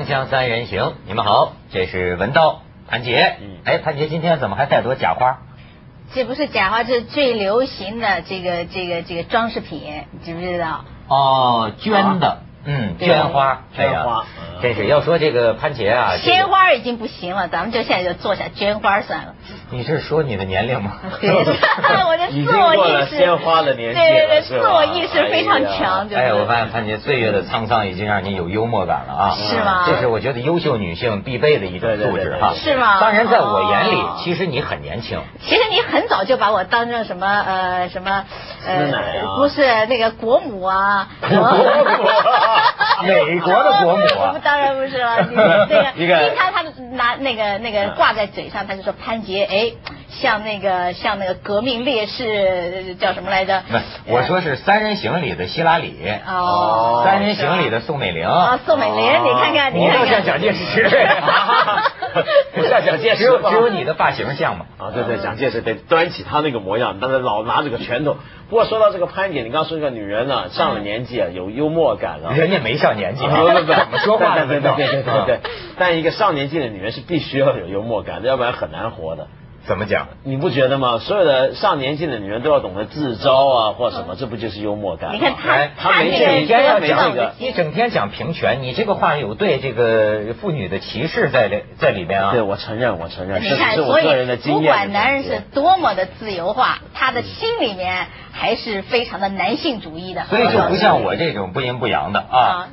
锵三人行，你们好，这是文道潘杰。哎，潘杰今天怎么还带朵假花？ 这不是假花，这是最流行的这个装饰品，你知不知道？ 哦，绢的，绢花， 绢花， 真是要说这个潘杰啊， 鲜花已经不行了，咱们就现在就做下绢花算了。 你是说你的年龄吗？ 对，我的自我意识， 鲜花的年纪， 对，自我意识非常强。 哎，我发现潘杰岁月的沧桑已经让你有幽默感了啊！ 是吗？ 这是我觉得优秀女性必备的一种素质哈。 是吗？ 当然，在我眼里，其实你很年轻。 其实你很早就把我当成什么不是那个国母啊， 国母，美国的国母啊？ 当然不是了，那个他拿那个挂在嘴上，他就说潘杰，哎，像那个革命烈士叫什么来着？ 我说是《三人行》里的希拉里，《三人行》里的宋美龄啊，宋美龄，你看看， 你倒像蒋介石， 不像蒋介石， 只有你的发型像嘛？ 啊，对，蒋介石得端起他那个模样，但是老拿这个拳头。不过说到这个潘姐，你刚说这个女人呢，上了年纪啊，有幽默感了。 人家没上年纪， 不， 怎么说话的？ 对。但一个上年纪的女人是必须要有幽默感的，要不然很难活的。 怎么讲？ 你不觉得吗？所有的上年纪的女人都要懂得自招啊，或什么，这不就是幽默感吗？ 你看她没整天要讲这个， 你整天讲平权，你这个话有对这个妇女的歧视在里边啊。 对，我承认， 你看，所以不管男人是多么的自由化，他的心里面还是非常的男性主义的。 所以就不像我这种不阴不阳的啊。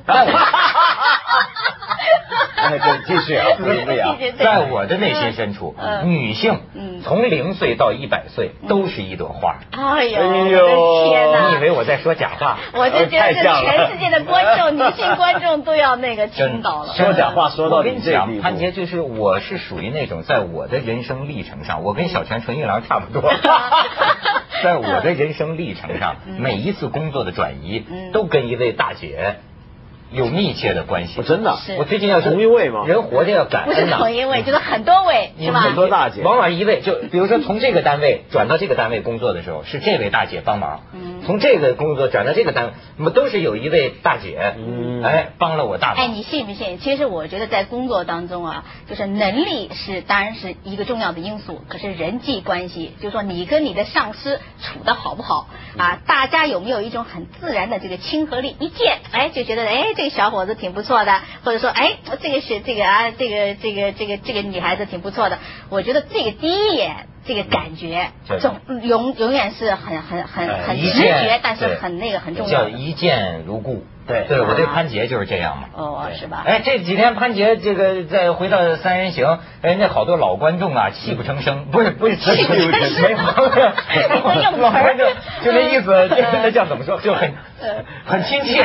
对，继续啊，不阴不阳。 在我的内心深处，女性从0岁到100岁都是一朵花。 哎呦，我的天哪！ 你以为我在说假话？ 我就觉得全世界的观众，女性观众都要那个听到了。 说假话说到你这地步。潘杰就是我是属于那种在我的人生历程上，我跟小泉纯一郎差不多。在我的人生历程上，每一次工作的转移都跟一位大姐有密切的关系。 真的， 我最近要同一位吗？ 人活着要感恩呐。 不是同一位，就是很多位，是吧？ 很多大姐， 往往一位，就比如说从这个单位转到这个单位工作的时候，是这位大姐帮忙。从这个工作转到这个单位，那么都是有一位大姐，帮了我大忙。 哎，你信不信？其实我觉得在工作当中啊，就是能力当然是一个重要的因素，可是人际关系，就是说你跟你的上司处得好不好啊？大家有没有一种很自然的这个亲和力？一见，哎，就觉得这个小伙子挺不错的，或者说这个女孩子挺不错的。我觉得这个第一眼这个感觉永远是很直觉，但是很重要的。 叫一见如故。 对， 我对潘杰就是这样嘛。 哦，是吧？ 哎，这几天潘杰这个再回到三人行，人家好多老观众啊，泣不成声，不是泣不成声，没老观众就那意思，那叫怎么说，就很亲切。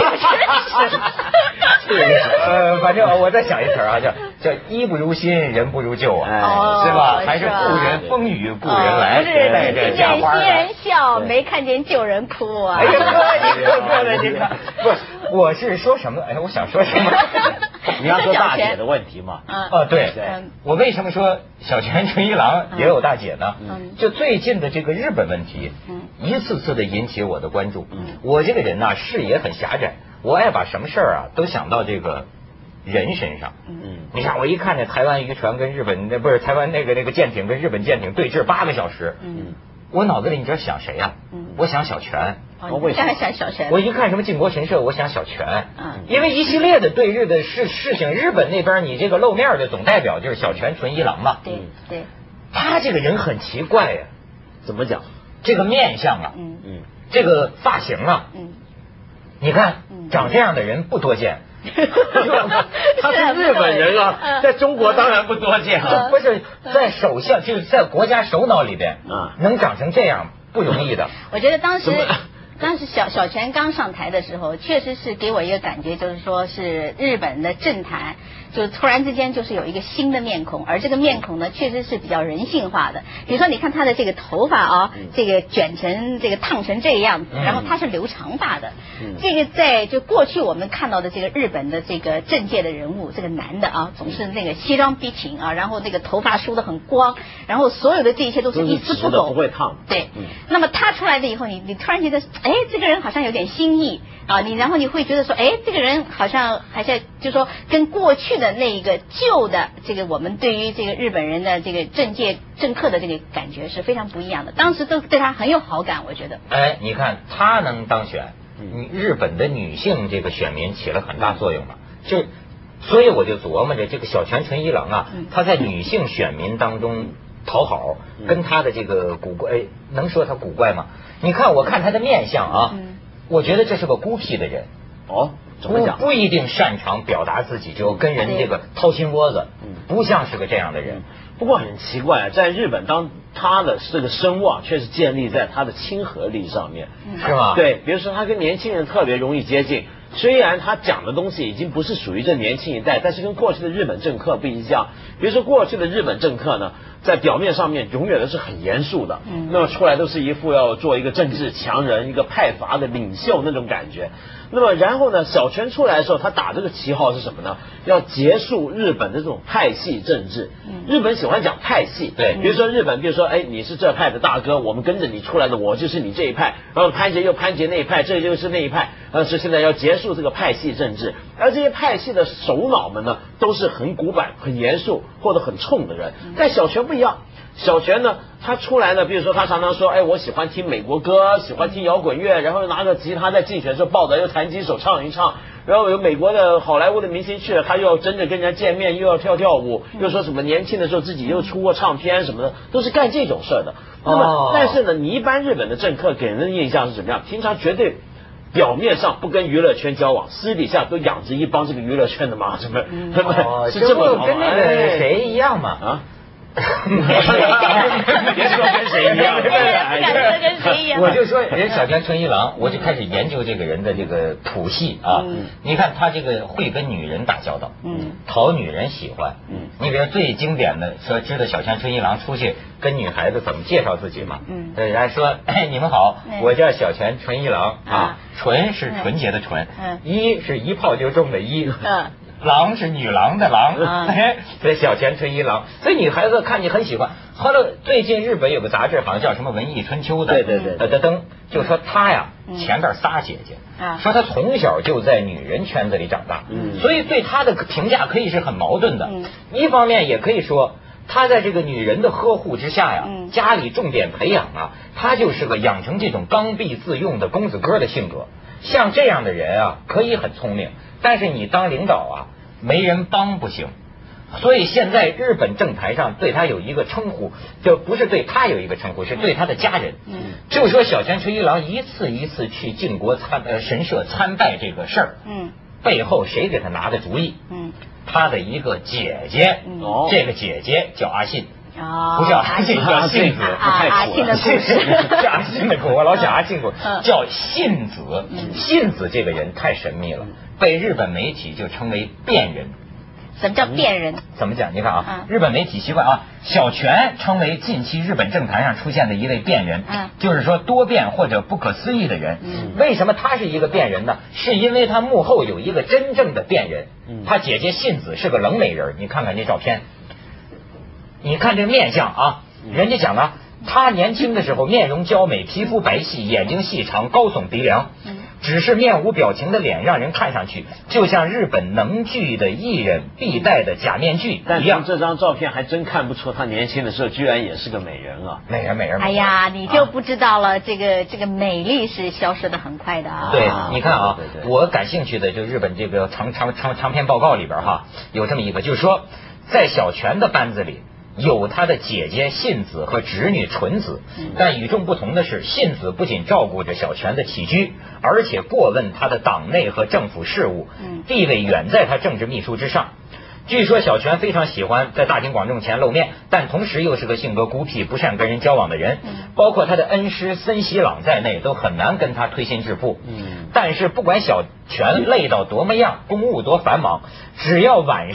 反正我再想一词啊，叫衣不如新，人不如旧啊，是吧？还是故人风雨故人来，带着假花。 新人笑，没看见旧人哭啊！ 哎呀，你看，不是，我是说什么？哎，我想说什么？ 你要说大姐的问题嘛？ 对，我为什么说小泉纯一郎也有大姐呢？就最近的这个日本问题，一次次的引起我的关注。我这个人呢，视野很狭窄，我爱把什么事儿啊都想到这个人身上。你看我一看那台湾渔船跟日本不是台湾那个舰艇跟日本舰艇对峙8个小时，我脑子里你知道想谁呀？我想小泉。 为什么想小泉？ 我一看什么靖国神社，我想小泉。因为一系列的对日的事情，日本那边你这个露面的总代表就是小泉纯一郎嘛。 对。 他这个人很奇怪呀。 怎么讲？ 这个面相啊，这个发型啊，你看长这样的人不多见。 他是日本人啊，在中国当然不多见啊。 不是在首相，就是在国家首脑里边能长成这样不容易的。 我觉得当时小泉刚上台的时候，确实是给我一个感觉，就是说是日本的政坛就突然之间就是有一个新的面孔，而这个面孔呢，确实是比较人性化的。比如说，你看他的这个头发啊，这个卷成这个烫成这个样子，然后他是留长发的。这个在就过去我们看到的这个日本的这个政界的人物，这个男的啊，总是那个西装笔挺啊，然后那个头发梳得很光，然后所有的这一切都是一丝不苟， 不会烫。 对，那么他出来了以后，你突然觉得，哎，这个人好像有点新意啊，然后你会觉得说，哎，这个人好像就是说跟过去的那个旧的这个我们对于这个日本人的这个政客的这个感觉是非常不一样的。当时都对他很有好感，我觉得。 哎，你看他能当选，日本的女性这个选民起了很大作用了，所以我就琢磨着这个小泉纯一郎啊，他在女性选民当中讨好，跟他的这个古怪，能说他古怪吗？你看，我看他的面相啊，我觉得这是个孤僻的人。 哦，怎么讲？ 不一定擅长表达自己，就跟人这个掏心窝子，不像是个这样的人。 不过很奇怪，在日本，当他的这个声望却是建立在他的亲和力上面， 是吗？ 对，比如说他跟年轻人特别容易接近。虽然他讲的东西已经不是属于这年轻一代，但是跟过去的日本政客不一样。比如说过去的日本政客呢，在表面上面永远都是很严肃的，那么出来都是一副要做一个政治强人、一个派阀的领袖那种感觉。那么然后呢，小泉出来的时候，他打这个旗号是什么呢？要结束日本的这种派系政治。日本喜欢讲派系， 对， 比如说日本，比如说，哎，你是这派的大哥，我们跟着你出来的，我就是你这一派，然后潘杰又潘杰那一派，这就是那一派，是现在要结束这个派系政治。而这些派系的首脑们呢，都是很古板、很严肃或者很冲的人。但小泉不一样。小泉呢，他出来呢，比如说他常常说，哎，我喜欢听美国歌，喜欢听摇滚乐，然后又拿着吉他在竞选的时候抱着，又弹几首唱一唱，然后有美国的好莱坞的明星去了，他又要真的跟人家见面，又要跳舞，又说什么年轻的时候自己又出过唱片什么的，都是干这种事的。那么，但是呢，你一般日本的政客给人的印象是怎么样？平常绝对表面上不跟娱乐圈交往，私底下都养着一帮这个娱乐圈的嘛，什么？是这么跟那个谁一样嘛啊？ 别说跟谁一样， 跟谁一样。 我就说人小泉纯一郎，我就开始研究这个人的这个谱系啊。你看他这个会跟女人打交道，讨女人喜欢。你比如最经典的说，知道小泉纯一郎出去跟女孩子怎么介绍自己吗？人家说，哎，你们好，我叫小泉纯一郎啊，纯是纯洁的纯，一是一炮就中的一。郎是女郎的郎，所以小泉纯一郎，所以女孩子看你很喜欢。后来最近日本有个杂志，好像叫什么《文艺春秋》的，对，登就说他呀前边仨姐姐，说他从小就在女人圈子里长大，所以对他的评价可以是很矛盾的。一方面也可以说他在这个女人的呵护之下呀，家里重点培养啊，他就是个养成这种刚愎自用的公子哥的性格。像这样的人啊，可以很聪明，但是你当领导啊，没人帮不行。所以现在日本政坛上对他有一个称呼，就不是对他有一个称呼，是对他的家人。就说小泉纯一郎一次一次去靖国神社参拜这个事儿，背后谁给他拿的主意？他的一个姐姐，这个姐姐叫阿信。不叫阿信，叫信子， 阿信的故事是阿信的故事，我老讲阿信故事，叫信子。信子这个人太神秘了，被日本媒体就称为变人。 什么叫变人？ 怎么讲？你看啊，日本媒体习惯啊，小泉称为近期日本政坛上出现的一类变人，就是说多变或者不可思议的人。为什么他是一个变人呢？是因为他幕后有一个真正的变人。他姐姐信子是个冷美人，你看看这照片。你看这面相啊，人家讲啊，他年轻的时候面容娇美，皮肤白皙，眼睛细长，高耸鼻梁，只是面无表情的脸让人看上去就像日本能剧的艺人必戴的假面具一样。 这张照片还真看不出他年轻的时候居然也是个美人啊！ 美人。 哎呀，你就不知道了，这个美丽是消失的很快的啊。 对，你看啊，我感兴趣的就日本这个长篇报告里边哈，有这么一个，就是说在小泉的班子里有他的姐姐信子和侄女纯子，但与众不同的是，信子不仅照顾着小泉的起居，而且过问他的党内和政府事务，地位远在他政治秘书之上。据说小泉非常喜欢在大庭广众前露面，但同时又是个性格孤僻、不善跟人交往的人，包括他的恩师森喜朗在内都很难跟他推心置腹。但是不管小泉累到多么样，公务多繁忙，只要晚上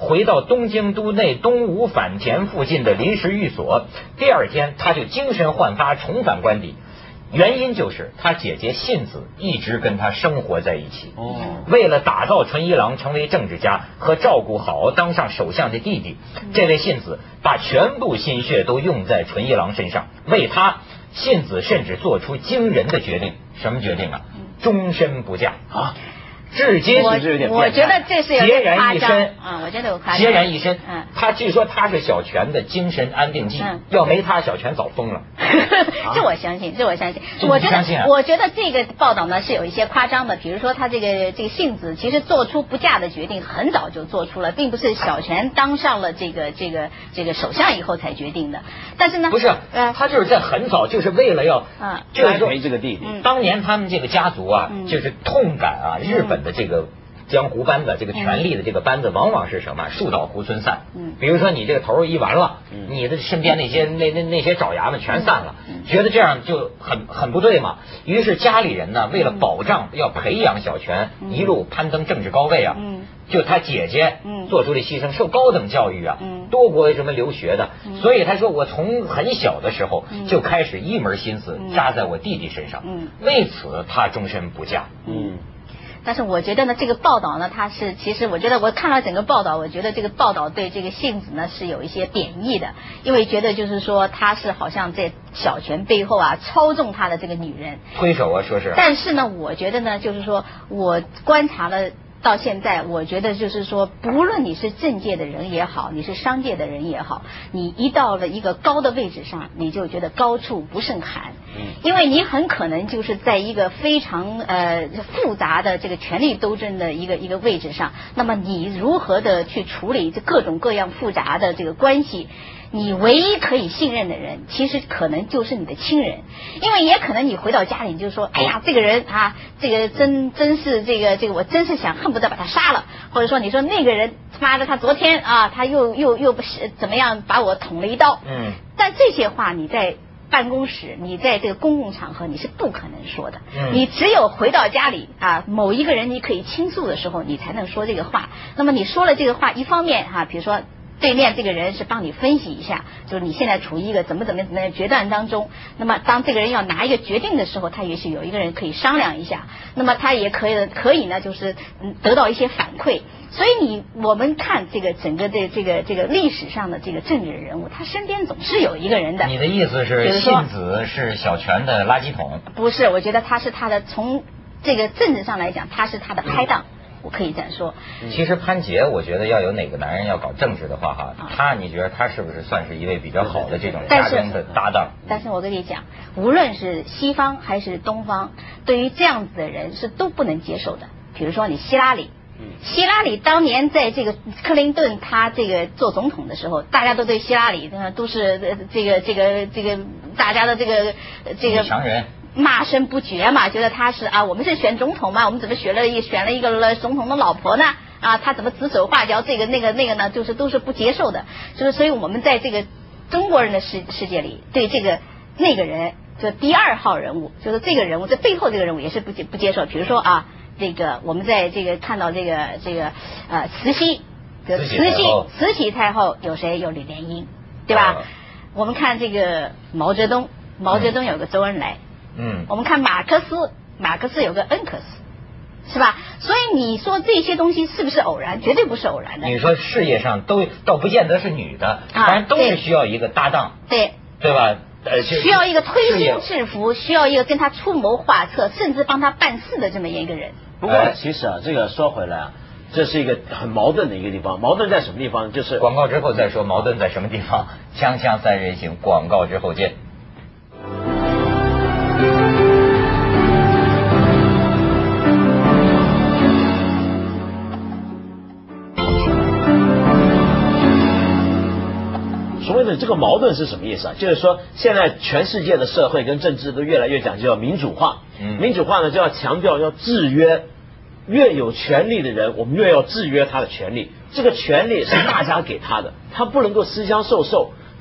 回到东京都内东武反田附近的临时寓所。第二天，他就精神焕发，重返官邸。原因就是他姐姐信子一直跟他生活在一起。为了打造纯一郎成为政治家和照顾好当上首相的弟弟，这位信子把全部心血都用在纯一郎身上。为他，信子甚至做出惊人的决定。什么决定啊？终身不嫁啊！至今我觉得这是有点夸张我觉得有夸张， 孑然一身。他据说他是小泉的精神安定剂，要没他，小泉早疯了。 这我相信，我觉得这个报道呢是有一些夸张的，比如说他这个信子其实做出不嫁的决定很早就做出了，并不是小泉当上了这个首相以后才决定的。但是呢， 不是，他就是在很早，就是为了要就是说这个弟弟。 当年他们这个家族啊，就是痛感日本的这个江湖班子，这个权力的这个班子，往往是什么？树倒猢狲散。比如说你这个头一完了，你的身边那些爪牙们全散了，觉得这样就很不对嘛。于是家里人呢，为了保障要培养小泉一路攀登政治高位啊，就他姐姐做出了牺牲，受高等教育啊，多国什么留学的，所以他说我从很小的时候就开始一门心思扎在我弟弟身上，为此他终身不嫁。 但是我觉得呢，这个报道呢，其实我觉得我看了整个报道，我觉得这个报道对这个信子呢是有一些贬义的，因为觉得就是说他是好像在小泉背后操纵他的这个女人， 推手说是。 但是呢，我觉得呢，就是说我观察了到现在，我觉得就是说，不论你是政界的人也好，你是商界的人也好，你一到了一个高的位置上，你就觉得高处不胜寒，因为你很可能就是在一个非常复杂的这个权力斗争的一个位置上，那么你如何的去处理这各种各样复杂的这个关系？你唯一可以信任的人，其实可能就是你的亲人，因为也可能你回到家里你就说，哎呀，这个人这个真是这个我真是想恨不得把他杀了，或者说你说那个人妈的他昨天他又怎么样把我捅了一刀，但这些话你在办公室，你在这个公共场合你是不可能说的，你只有回到家里某一个人你可以倾诉的时候，你才能说这个话。那么你说了这个话，一方面比如说对面这个人是帮你分析一下，就是你现在处于一个怎么样决断当中，那么当这个人要拿一个决定的时候，他也许有一个人可以商量一下，那么他也可以呢，就是得到一些反馈。所以我们看这个整个的这个历史上的这个政治人物，他身边总是有一个人的。 你的意思是信子是小泉的垃圾桶？ 不是，我觉得他是他的，从这个政治上来讲，他是他的拍档。我可以这样说。 其实潘杰，我觉得要有哪个男人要搞政治的话你觉得他是不是算是一位比较好的这种家中的搭档？ 但是我跟你讲，无论是西方还是东方，对于这样子的人是都不能接受的。比如说你希拉里，希拉里当年在这个克林顿他这个做总统的时候，大家都对希拉里都是这个大家的这个强人。 骂声不绝嘛，觉得他是我们是选总统嘛，我们怎么选了一个总统的老婆呢？他怎么指手画脚？这个那个呢，就是都是不接受的。所以我们在这个中国人的世界里，对那个人，就第二号人物，就是这个人物，这背后这个人物也是不接受。比如说这个我们在这个看到这个慈禧太后有谁？有李莲英，对吧？我们看这个毛泽东有个周恩来。我们看马克思有个恩格斯，是吧？所以你说这些东西是不是偶然？绝对不是偶然的。 你说事业上倒不见得是女的，当然都是需要一个搭档，对吧？ 需要一个推心置腹，需要一个跟他出谋划策，甚至帮他办事的这么一个人。 不过其实这个说回来这是一个很矛盾的一个地方。矛盾在什么地方？就是广告之后再说矛盾在什么地方。锵锵三人行，广告之后见。 所谓的这个矛盾是什么意思就是说现在全世界的社会跟政治都越来越讲究民主化，民主化呢就要强调要制约，越有权力的人我们越要制约他的权利，这个权利是大家给他的，他不能够私相授受，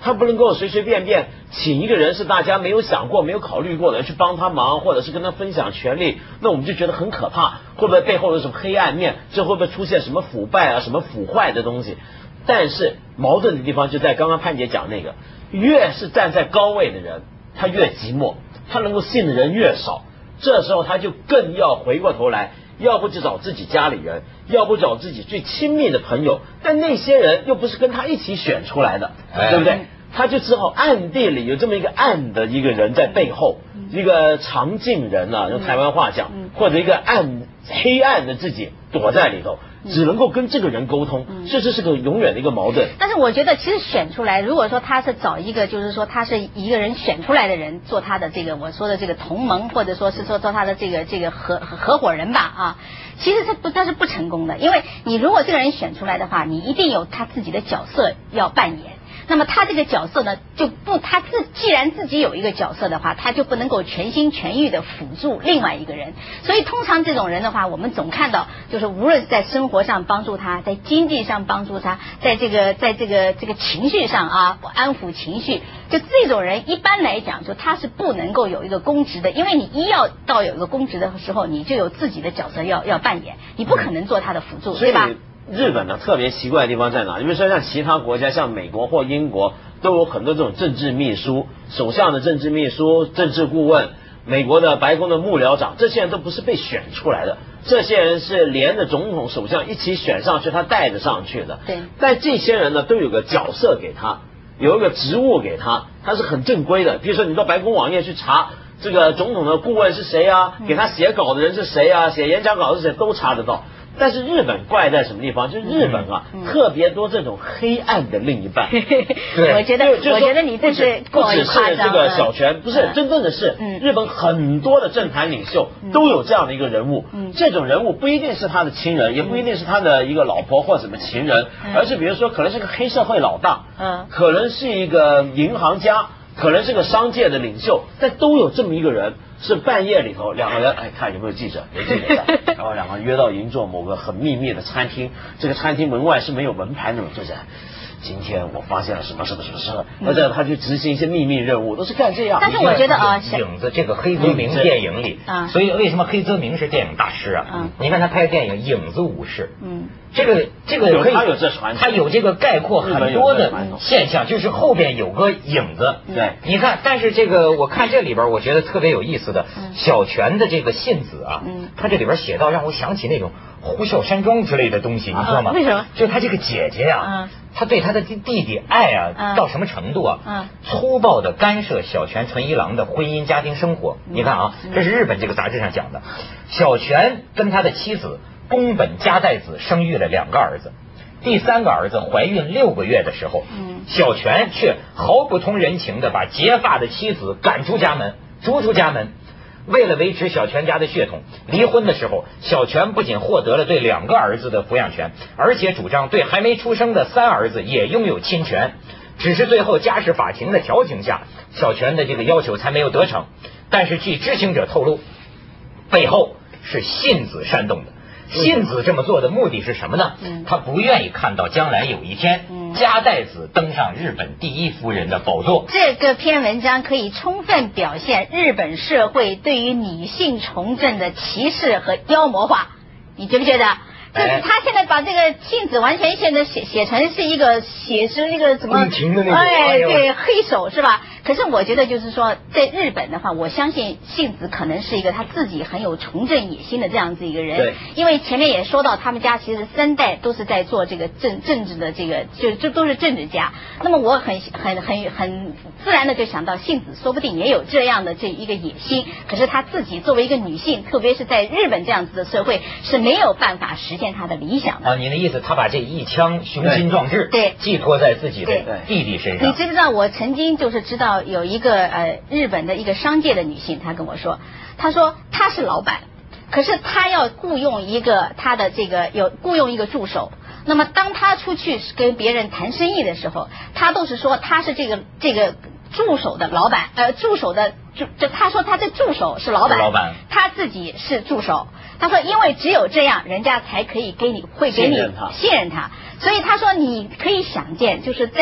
他不能够随随便便请一个人是大家没有想过、没有考虑过的人去帮他忙，或者是跟他分享权利，那我们就觉得很可怕，会不会背后有什么黑暗面？这会不会出现什么腐败啊、什么腐坏的东西？但是矛盾的地方就在刚刚潘姐讲那个，越是站在高位的人，他越寂寞，他能够信的人越少，这时候他就更要回过头来，要不就找自己家里人，要不找自己最亲密的朋友，但那些人又不是跟他一起选出来的，对不对？他就只好暗地里有这么一个暗的一个人在背后，一个藏镜人啊，用台湾话讲，或者一个黑暗的自己躲在里头。只能够跟这个人沟通，所以这是个永远的一个矛盾。 但是我觉得，其实选出来，如果说他是找一个，就是说他是一个人选出来的人做他的这个我说的这个同盟，或者说是说做他的这个合伙人吧啊，其实他是不成功的，因为你如果这个人选出来的话，你一定有他自己的角色要扮演。那么他这个角色呢，既然自己有一个角色的话，他就不能够全心全意的辅助另外一个人。所以通常这种人的话，我们总看到，就是无论在生活上帮助他，在经济上帮助他，在这个情绪上啊安抚情绪，就这种人一般来讲，就他是不能够有一个公职的，因为你要到有一个公职的时候，你就有自己的角色要扮演，你不可能做他的辅助，对吧？ 日本呢特别奇怪的地方在哪？比如说像其他国家，像美国或英国，都有很多这种政治秘书、首相的政治秘书、政治顾问、美国的白宫的幕僚长，这些人都不是被选出来的，这些人是连着总统、首相一起选上去，他带着上去的。 对。 但这些人呢，都有个角色给他，有一个职务给他，他是很正规的。比如说，你到白宫网页去查这个总统的顾问是谁啊，给他写稿的人是谁啊，写演讲稿是谁，都查得到。但是日本怪在什么地方？就是日本啊，特别多这种黑暗的另一半。 对，我觉得你这是不只是这个小泉，不是真正的是，日本很多的政坛领袖都有这样的一个人物。这种人物不一定是他的亲人，也不一定是他的一个老婆或什么情人，而是比如说可能是个黑社会老大，可能是一个银行家，可能是个商界的领袖，但都有这么一个人。是半夜里头两个人看有没有记者，没记者在，然后两个人约到银座某个很秘密的餐厅，这个餐厅门外是没有门牌那种，就是今天我发现了什么事，而且他去执行一些秘密任务，都是干这样。 但是我觉得影子这个黑泽明电影里，所以为什么黑泽明是电影大师啊？你看他拍电影《影子武士》，这个可以，他有这个概括很多的现象，就是后边有个影子。 对， 你看，但是这个我看这里边，我觉得特别有意思的，小泉的这个信子啊，他这里边写到让我想起那种呼啸山庄之类的东西，你知道吗？ 为什么？ 就他这个姐姐呀，他对他的弟弟爱啊到什么程度啊？粗暴的干涉小泉纯一郎的婚姻家庭生活。你看啊，这是日本这个杂志上讲的，小泉跟他的妻子宫本加代子生育了2个儿子，第3个儿子怀孕6个月的时候，小泉却毫不通人情的把结发的妻子赶出家门，逐出家门。为了维持小泉家的血统，离婚的时候，小泉不仅获得了对2个儿子的抚养权，而且主张对还没出生的3儿子也拥有亲权。只是最后家事法庭的调停下，小泉的这个要求才没有得逞。但是据知情者透露，背后是信子煽动的。信子这么做的目的是什么呢？他不愿意看到将来有一天加代子登上日本第1夫人的宝座。 这个篇文章可以充分表现日本社会对于女性从政的歧视和妖魔化，你觉不觉得？就是他现在把这个信子完全现在写成是一个写是一个怎么对黑手是吧？可是我觉得就是说，在日本的话，我相信信子可能是一个他自己很有从政野心的这样子一个人。 对， 因为前面也说到，他们家其实3代都是在做这个政治的这个，就都是政治家。那么我很自然的就想到，信子说不定也有这样的这一个野心。可是他自己作为一个女性，特别是在日本这样子的社会，是没有办法实现他的理想的。 啊，你的意思，他把这一腔雄心壮志对寄托在自己的弟弟身上。 你知不知道？我曾经就是知道有一个日本的一个商界的女性，她跟我说，她说她是老板，可是她要雇佣一个她的雇佣一个助手。那么当她出去跟别人谈生意的时候，她都是说她是这个助手的老板，助手的他说他的助手是老板，他自己是助手。他说因为只有这样，人家才可以会给你信任他。所以他说你可以想见，就是在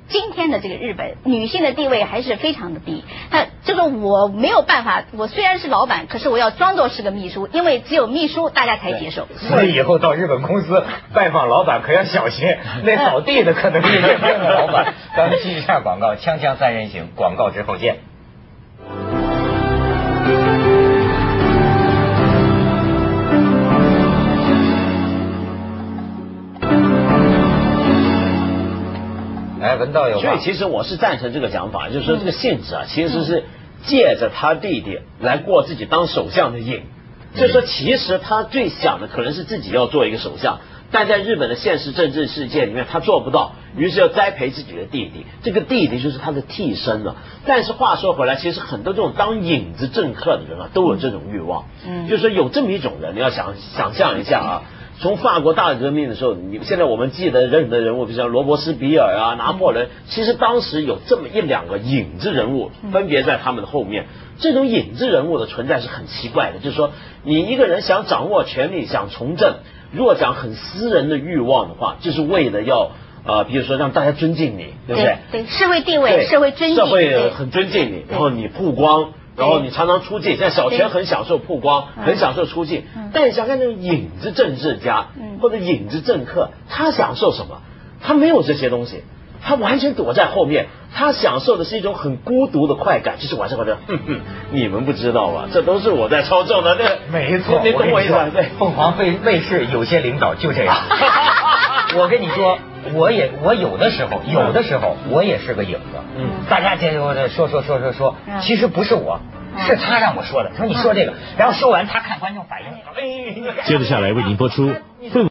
今天的这个日本女性的地位还是非常的低，就是我没有办法，我虽然是老板，可是我要装作是个秘书，因为只有秘书大家才接受。 所以以后到日本公司拜访老板可要小心，那扫地的可能是日本的老板。咱们继续下广告，锵锵三人行，广告之后见。哎，文道有话。 所以其实我是赞成这个讲法，就是说这个信子啊，其实是借着他弟弟来过自己当首相的瘾。就是说，其实他最想的可能是自己要做一个首相，但在日本的现实政治世界里面，他做不到，于是要栽培自己的弟弟。这个弟弟就是他的替身了。但是话说回来，其实很多这种当影子政客的人啊，都有这种欲望。就是说有这么一种人，你要想象一下啊。从法国大革命的时候，现在我们记得认的人物，比如像罗伯斯比尔啊、拿破仑，其实当时有这么一两个影子人物，分别在他们的后面。这种影子人物的存在是很奇怪的，就是说，你一个人想掌握权力、想从政，如果讲很私人的欲望的话，就是为了要比如说让大家尊敬你，对不对？ 对，社会地位、社会尊敬， 社会很尊敬你，然后你曝光。然后你常常出镜，像小泉很享受曝光，很享受出镜。但你想看那种影子政治家或者影子政客，他享受什么？他没有这些东西，他完全躲在后面。他享受的是一种很孤独的快感，就是晚上好像，你们不知道吧？这都是我在操纵的。 没错， 你懂我意思吧？对， 凤凰卫视有些领导就这样。我跟你说，我有的时候我也是个影子。大家接着说，其实不是我，是他让我说的。说你说这个，然后说完他看观众反应， 接着下来为您播出。